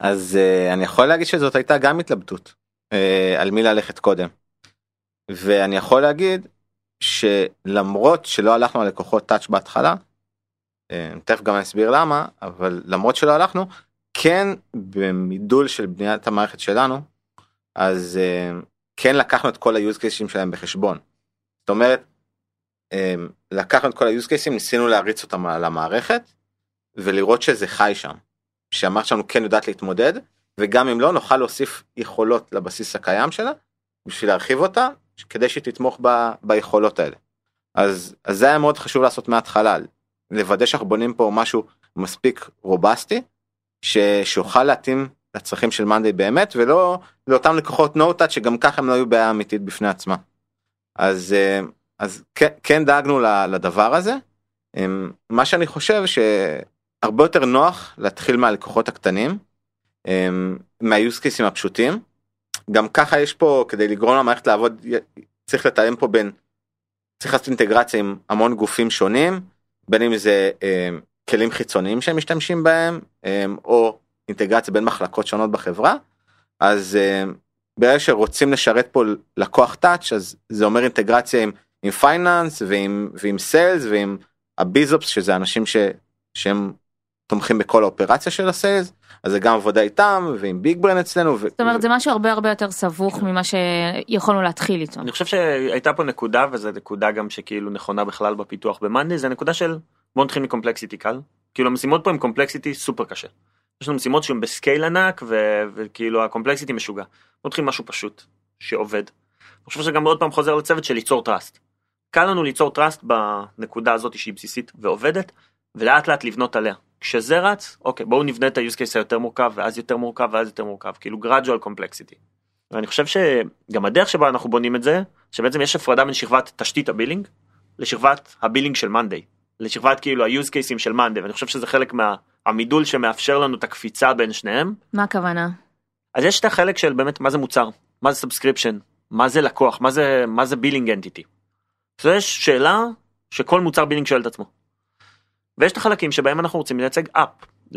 S3: אז אני יכול להגיד שזאת הייתה גם התלבטות על מי ללכת קודם. ואני יכול להגיד שלמרות שלא הלכנו על לקוחות טאץ' בהתחלה, תכף גם אסביר למה, אבל למרות שלא הלכנו, כן במידול של בניית המערכת שלנו, אז כן לקחנו את כל ה-use cases שלהם בחשבון. זאת אומרת, לקחנו את כל ה-use cases, ניסינו להריץ אותם על המערכת, ולראות שזה חי שם. שהמערכת שלנו כן יודעת להתמודד, וגם אם לא, נוכל להוסיף יכולות לבסיס הקיים שלה, בשביל להרחיב אותה, כדי שתתמוך ביכולות האלה. אז זה היה מאוד חשוב לעשות מההתחלה, לוודא שאנחנו בונים פה משהו מספיק רובסטי, שיוכל להתאים לצרכים של מאנדיי באמת, ולא לאותם לקוחות no-touch, שגם ככה הם לא היו בעיה אמיתית בפני עצמה. אז כן דאגנו לדבר הזה. מה שאני חושב שהרבה יותר נוח להתחיל מהלקוחות הקטנים, מה-use cases הפשוטים. גם ככה יש פה, כדי לגרום למערכת לעבוד, צריך לתאם פה צריך לעשות אינטגרציה עם המון גופים שונים, בין אם זה כלים חיצוניים שהם משתמשים בהם, או אינטגרציה בין מחלקות שונות בחברה. אז ברגע שרוצים לשרת פה לקוח טאץ', אז זה אומר אינטגרציה עם פייננס, ועם סיילס, ועם הביזופס, שזה אנשים שהם תומכים בכל האופרציה של הסיילס, אז זה גם עבודה איתם, ועם ביג ברן אצלנו.
S1: זאת אומרת, זה משהו הרבה הרבה יותר סבוך ממה שיכולנו להתחיל איתו.
S2: אני חושב שהייתה פה נקודה, וזו נקודה גם שכאילו נכונה בכלל בפיתוח במאנדיי, זה נקודה של בוא נתחיל מקומפלקסיטי קל, כאילו המשימות פה הם קומפלקסיטי סופר קשה. יש לנו משימות שהן בסקייל ענק, וכאילו הקומפלקסיטי משוגע. בוא נתחיל משהו פשוט, שעובד. אני חושב שגם עוד פעם חוזר לצוות של ליצור טראסט. קל לנו ליצור טראסט בנקודה הזאת שהיא בסיסית ועובדת, ולאט לאט לבנות עליה. כשזה רץ, אוקיי, בואו נבנה את ה-use case היותר מורכב, ואז יותר מורכב, ואז יותר מורכב, כאילו gradual complexity. ואני חושב שגם הדרך שבה אנחנו בונים את זה, שבעצם יש הפרדה בין שכבת תשתית הבילינג, לשכבת הבילינג של מאנדיי, לשכבת כאילו ה-use cases של מאנדיי, ואני חושב שזה חלק מהמידול שמאפשר לנו את הקפיצה בין שניהם.
S1: מה הכוונה?
S2: אז יש את החלק של באמת מה זה מוצר, מה זה subscription, מה זה לקוח, מה זה בילינג אנטיטי. זו יש שאלה שכל מוצר בילינג שואל את עצמו. ויש את החלקים שבהם אנחנו רוצים לייצג אפ,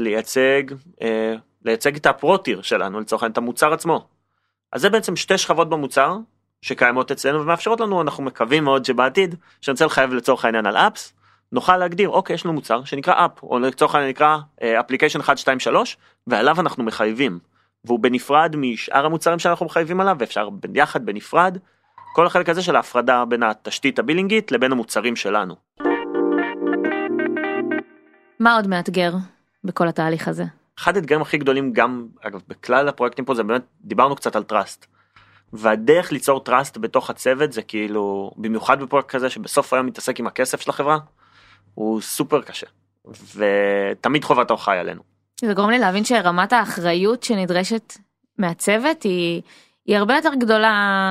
S2: לייצג את הפרוטיר שלנו, לצורך העניין את המוצר עצמו. אז זה בעצם שתי שכבות במוצר, שקיימות אצלנו, ומאפשרות לנו, אנחנו מקווים מאוד שבעתיד, שנצא לחייב לצורך העניין על אפס, נוכל להגדיר, אוקיי, יש לנו מוצר שנקרא אפ, או לצורך העניין נקרא אפליקיישן 1, 2, 3, ועליו אנחנו מחייבים, והוא בנפרד משאר המוצרים שאנחנו מחייבים עליו, ואפשר ביחד בנפרד, כל החלק הזה של ההפרדה בין התשתית הבילינגית לבין המוצרים שלנו.
S1: מה עוד מאתגר בכל התהליך הזה?
S2: אחד האתגרים הכי גדולים גם, אגב, בכלל הפרויקטים פה זה באמת, דיברנו קצת על טראסט. והדרך ליצור טראסט בתוך הצוות זה כאילו, במיוחד בפרויקט כזה שבסוף היום מתעסק עם הכסף של החברה, הוא סופר קשה. ותמיד חובת ההוכחה עלינו.
S1: זה גורם לי להבין שרמת האחריות שנדרשת מהצוות היא הרבה יותר גדולה,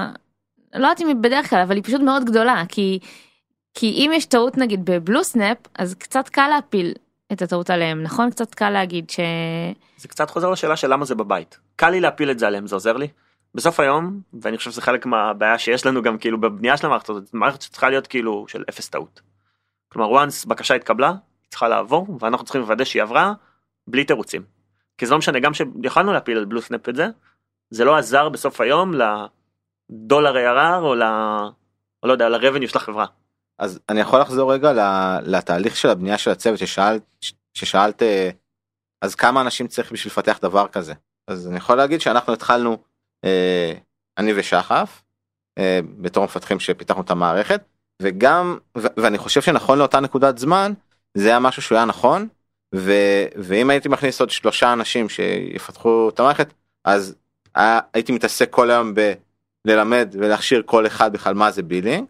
S1: לא יודעת אם היא בדרך כלל, אבל היא פשוט מאוד גדולה, כי אם יש טעות נגיד בבלוסנאפ, אז קצת קל להפיל את הטעות עליהם, נכון? קצת קל להגיד
S2: זה קצת חוזר לשאלה של למה זה בבית. קל לי להפיל את זה עליהם, זה עוזר לי. בסוף היום, ואני חושב שזה חלק מהבעיה שיש לנו גם כאילו בבנייה של המערכת הזאת, מערכת שצריכה להיות כאילו של אפס טעות. כלומר, once בקשה התקבלה, היא צריכה לעבור, ואנחנו צריכים לוודא שהיא עברה, בלי תירוצים. כי זה לא משנה, גם שיכולנו להפיל על בלוסנאפ את זה, זה לא עזר בסוף היום לדולר ARR או לא יודע, לרבניו של החברה.
S3: אז אני יכול לחזור רגע לתהליך של הבנייה של הצוות ששאלת, אז כמה אנשים צריך בשביל לפתח דבר כזה? אז אני יכול להגיד שאנחנו התחלנו, אני ושחף, בתור מפתחים שפיתחנו את המערכת, ואני חושב שנכון לאותה נקודת זמן, זה היה משהו שהוא היה נכון, ואם הייתי מכניס עוד 3 אנשים שיפתחו את המערכת, אז הייתי מתעסק כל היום ללמד ולהכשיר כל אחד בכלל מה זה בילינג,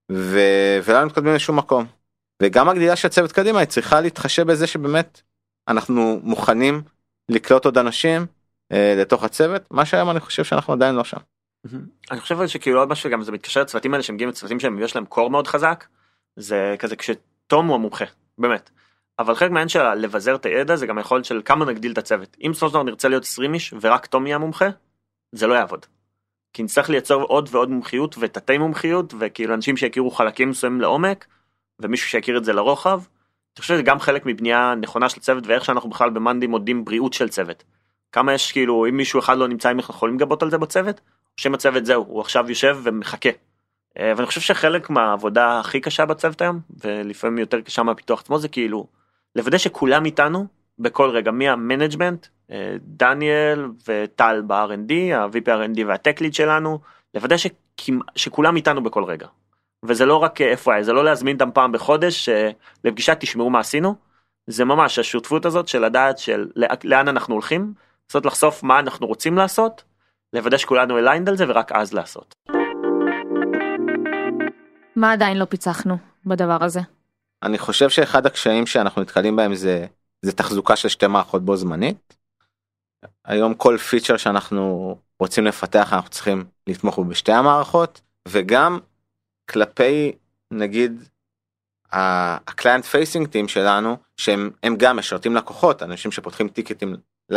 S3: ולא מתקדמים לשום מקום. וגם הגדילה של הצוות קדימה היא צריכה להתחשב בזה שבאמת אנחנו מוכנים לקלוט עוד אנשים לתוך הצוות, מה שהיום אני חושב שאנחנו עדיין לא שם.
S2: אני חושב שכאילו עוד משהו, גם זה מתקשר לצוותים האלה שמגיעים לצוותים שהם יש להם קור מאוד חזק, זה כזה כשתום הוא המומחה, באמת. אבל חלק מהעניין של לבזר את הידע זה גם יכולת של כמה נגדיל את הצוות. אם סוף סוף נרצה להיות 20 איש ורק תום יהיה המומחה, זה לא יעבוד. כי נצטרך לייצר עוד ועוד מומחיות ותתי מומחיות, וכאילו אנשים שיכירו חלקים מסוימים לעומק, ומישהו שיכיר את זה לרוחב. אני חושב שזה גם חלק מבנייה נכונה של צוות, ואיך שאנחנו בכלל במאנדיי מודדים בריאות של צוות. כמה יש כאילו, אם מישהו אחד לא נמצא, אם אנחנו יכולים לגבות על זה בצוות, או שם הצוות זהו, הוא עכשיו יושב ומחכה. ואני חושב שחלק מהעבודה הכי קשה בצוות היום, ולפעמים יותר קשה מהפיתוח עצמו, זה כאילו, לוודא שכולם איתנו, בכל רגע, מהמנג'מנט, דניאל וטל ב-R&D, ה-VP R&D והטק-ליד שלנו, לוודא שכולם איתנו בכל רגע. וזה לא רק FYI, זה לא להזמין אותם פעם בחודש, לפגישה תשמעו מה עשינו, זה ממש השותפות הזאת של לדעת של לאן אנחנו הולכים, לעשות לחשוף מה אנחנו רוצים לעשות, לוודא שכולנו aligned על זה ורק אז לעשות.
S1: מה עדיין לא פיצחנו בדבר הזה?
S3: אני חושב שאחד הקשיים שאנחנו נתקלים בהם זה תחזוקה של שתי מערכות בו זמנית. היום כל פיצ'ר שאנחנו רוצים לפתח אנחנו צריכים לתמוך בו בשתי המערכות, וגם כלפי נגיד ה-client facing team שלנו, שהם גם משרתים לקוחות, אנשים שפותחים טיקטים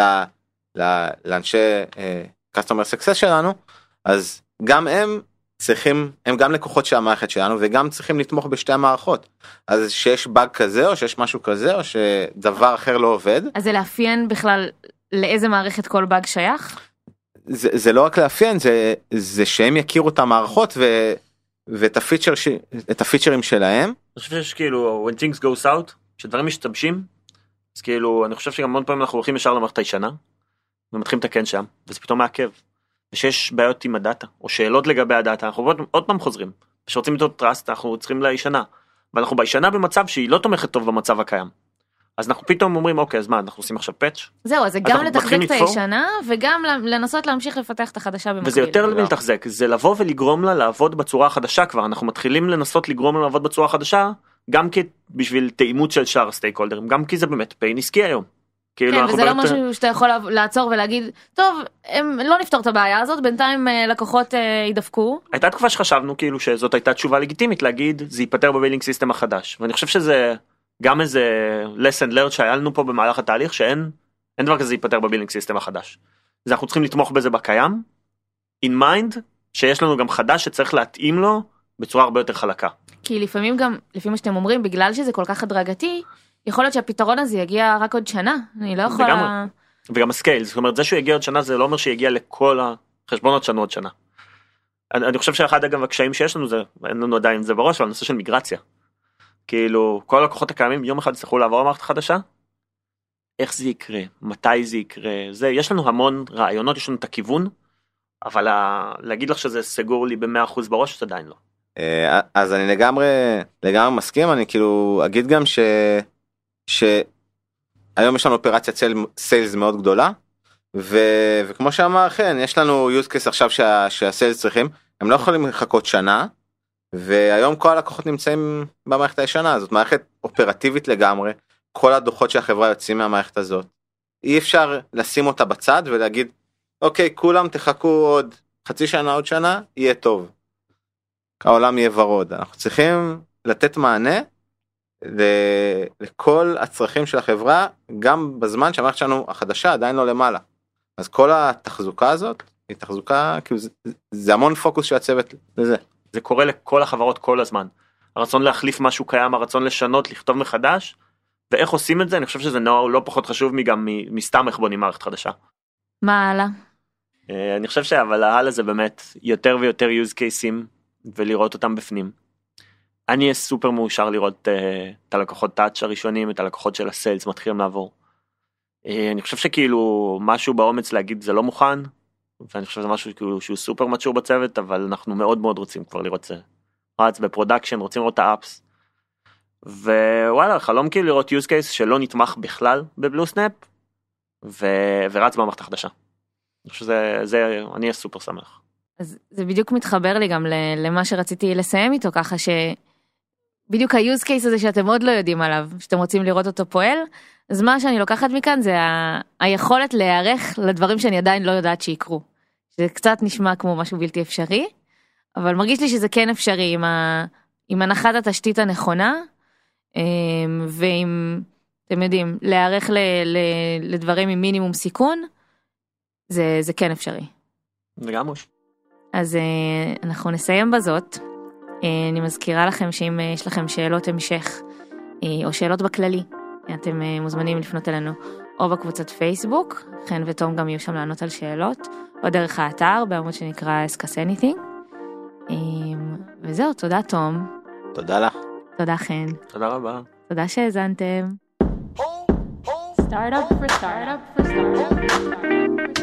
S3: לאנשי customer success שלנו, אז גם הם גם לקוחות של המערכת שלנו, וגם צריכים לתמוך בשתי המערכות. אז שיש באג כזה, או שיש משהו כזה, או שדבר אחר לא עובד. אז
S1: זה לאפיין בכלל לאיזה מערכת כל באג שייך?
S3: זה לא רק לאפיין, זה שהם יכירו את המערכות ואת הפיצ'רים שלהם.
S2: אני חושב שיש כאילו, when things go south, כשדברים משתבשים, אז כאילו, אני חושב שגם המון פעמים אנחנו הולכים ישר למערכת הישנה, ומתחילים לתקן שם, וזה פתאום מעכב. ושיש בעיות עם הדאטה, או שאלות לגבי הדאטה, אנחנו עוד פעם חוזרים. כשרוצים לתת טראסט, אנחנו צריכים לישנה. ואנחנו בישנה במצב שהיא לא תומכת טוב במצב הקיים. אז אנחנו פתאום אומרים, אוקיי, אז מה, אנחנו עושים עכשיו פאץ'?
S1: זהו, זה גם לתחזק את הישנה, וגם לנסות להמשיך לפתח את החדשה במקביל.
S2: וזה יותר לתחזק, זה לבוא ולגרום לה לעבוד בצורה החדשה כבר. אנחנו מתחילים לנסות לגרום לה לעבוד בצורה החדשה, גם בשביל תאימות של שאר הסטייקהולדרים, גם כי זה באמת פיין עסקי היום.
S1: כן, וזה לא משהו שאתה יכול לעצור ולהגיד, טוב, לא נפתור את הבעיה הזאת, בינתיים לקוחות ידפקו.
S2: הייתה תקופה שחשבנו כאילו שזאת הייתה תשובה לגיטימית להגיד, זה ייפטר בביילינג סיסטם החדש, ואני חושב שזה גם איזה lesson learned שהיה לנו פה במהלך התהליך, שאין דבר כזה ייפטר בביילינג סיסטם החדש. אז אנחנו צריכים לתמוך בזה בקיים, in mind, שיש לנו גם חדש שצריך להתאים לו בצורה הרבה יותר חלקה.
S1: כי לפעמים גם, לפי מה שאתם אומרים, בגלל שזה כל כך הדרגתי, יכול להיות שהפתרון הזה יגיע רק עוד שנה, אני לא יכולה...
S2: וגם הסקייל, זאת אומרת, זה שהוא יגיע עוד שנה, זה לא אומר שיגיע לכל החשבונות שנה עוד שנה. אני חושב שאחד אגב הקשיים שיש לנו, אין לנו עדיין זה בראש, אבל הנושא של מיגרציה. כאילו, כל הלקוחות הקיימים יום אחד יצטרכו לעבור למערכת חדשה, איך זה יקרה, מתי זה יקרה, יש לנו המון רעיונות, יש לנו את הכיוון, אבל להגיד לך שזה סגור לי ב100% בראש, זה עדיין לא.
S3: אז אני לגמרי מסכים, אני כאילו אגיד גם שהיום יש לנו אופרציית סיילס מאוד גדולה, וכמו שאמר כן, יש לנו use case עכשיו שהסיילס צריכים, הם לא יכולים לחכות שנה, והיום כל הלקוחות נמצאים במערכת הישנה, זאת מערכת אופרטיבית לגמרי, כל הדוחות שהחברה יוצאים מהמערכת הזאת, אי אפשר לשים אותה בצד ולהגיד, אוקיי, כולם תחכו עוד חצי שנה, עוד שנה, יהיה טוב. העולם יהיה ורוד. אנחנו צריכים לתת מענה לכל הצרכים של החברה, גם בזמן שהמערכת שלנו החדשה עדיין לא למעלה. אז כל התחזוקה הזאת, היא תחזוקה, כאילו זה המון פוקוס של הצוות לזה.
S2: זה קורה לכל החברות כל הזמן. הרצון להחליף משהו קיים, הרצון לשנות, לכתוב מחדש, ואיך עושים את זה, אני חושב שזה לא פחות חשוב מסתם איך בונים מערכת חדשה.
S1: מה הלאה?
S2: אני חושב אבל הלאה זה באמת יותר ויותר use cases, ולראות אותם בפנים. אני אהיה סופר מאושר לראות את הלקוחות טאץ' הראשונים, את הלקוחות של הסיילס מתחילים לעבור. אני חושב שכאילו משהו באומץ להגיד זה לא מוכן, ואני חושב שזה משהו כאילו שהוא סופר מצ'ור בצוות, אבל אנחנו מאוד מאוד רוצים כבר לראות זה. רץ בפרודקשן, רוצים לראות את האפס. ווואלה, חלום כאילו לראות use case שלא נתמך בכלל בבלוסנאפ, ורץ במערכת החדשה. אני חושב שזה, אני אהיה סופר שמח.
S1: אז זה בדיוק מתחבר לי גם למה שרציתי לסיים איתו, ככה שבדיוק ה-use case הזה שאתם עוד לא יודעים עליו, שאתם רוצים לראות אותו פועל, אז מה שאני לוקחת מכאן זה היכולת להיערך לדברים שאני עדיין לא יודעת שיקרו. זה קצת נשמע כמו משהו בלתי אפשרי, אבל מרגיש לי שזה כן אפשרי עם הנחת התשתית הנכונה, ועם, אתם יודעים, להיערך לדברים עם מינימום סיכון, זה כן אפשרי.
S2: לגמרי.
S1: אז אנחנו בזאת. אני מזכירה לכם שאם יש לכם שאלות המשך, או שאלות בכללי, אתם מוזמנים לפנות אלינו, או בקבוצת פייסבוק, חן ותום גם יהיו שם לענות על שאלות, או דרך האתר בעמוד שנקרא Ask Us Anything. וזהו, תודה תום.
S3: תודה לך.
S1: תודה חן.
S2: תודה רבה.
S1: תודה שהאזנתם. Startup for startup for startup.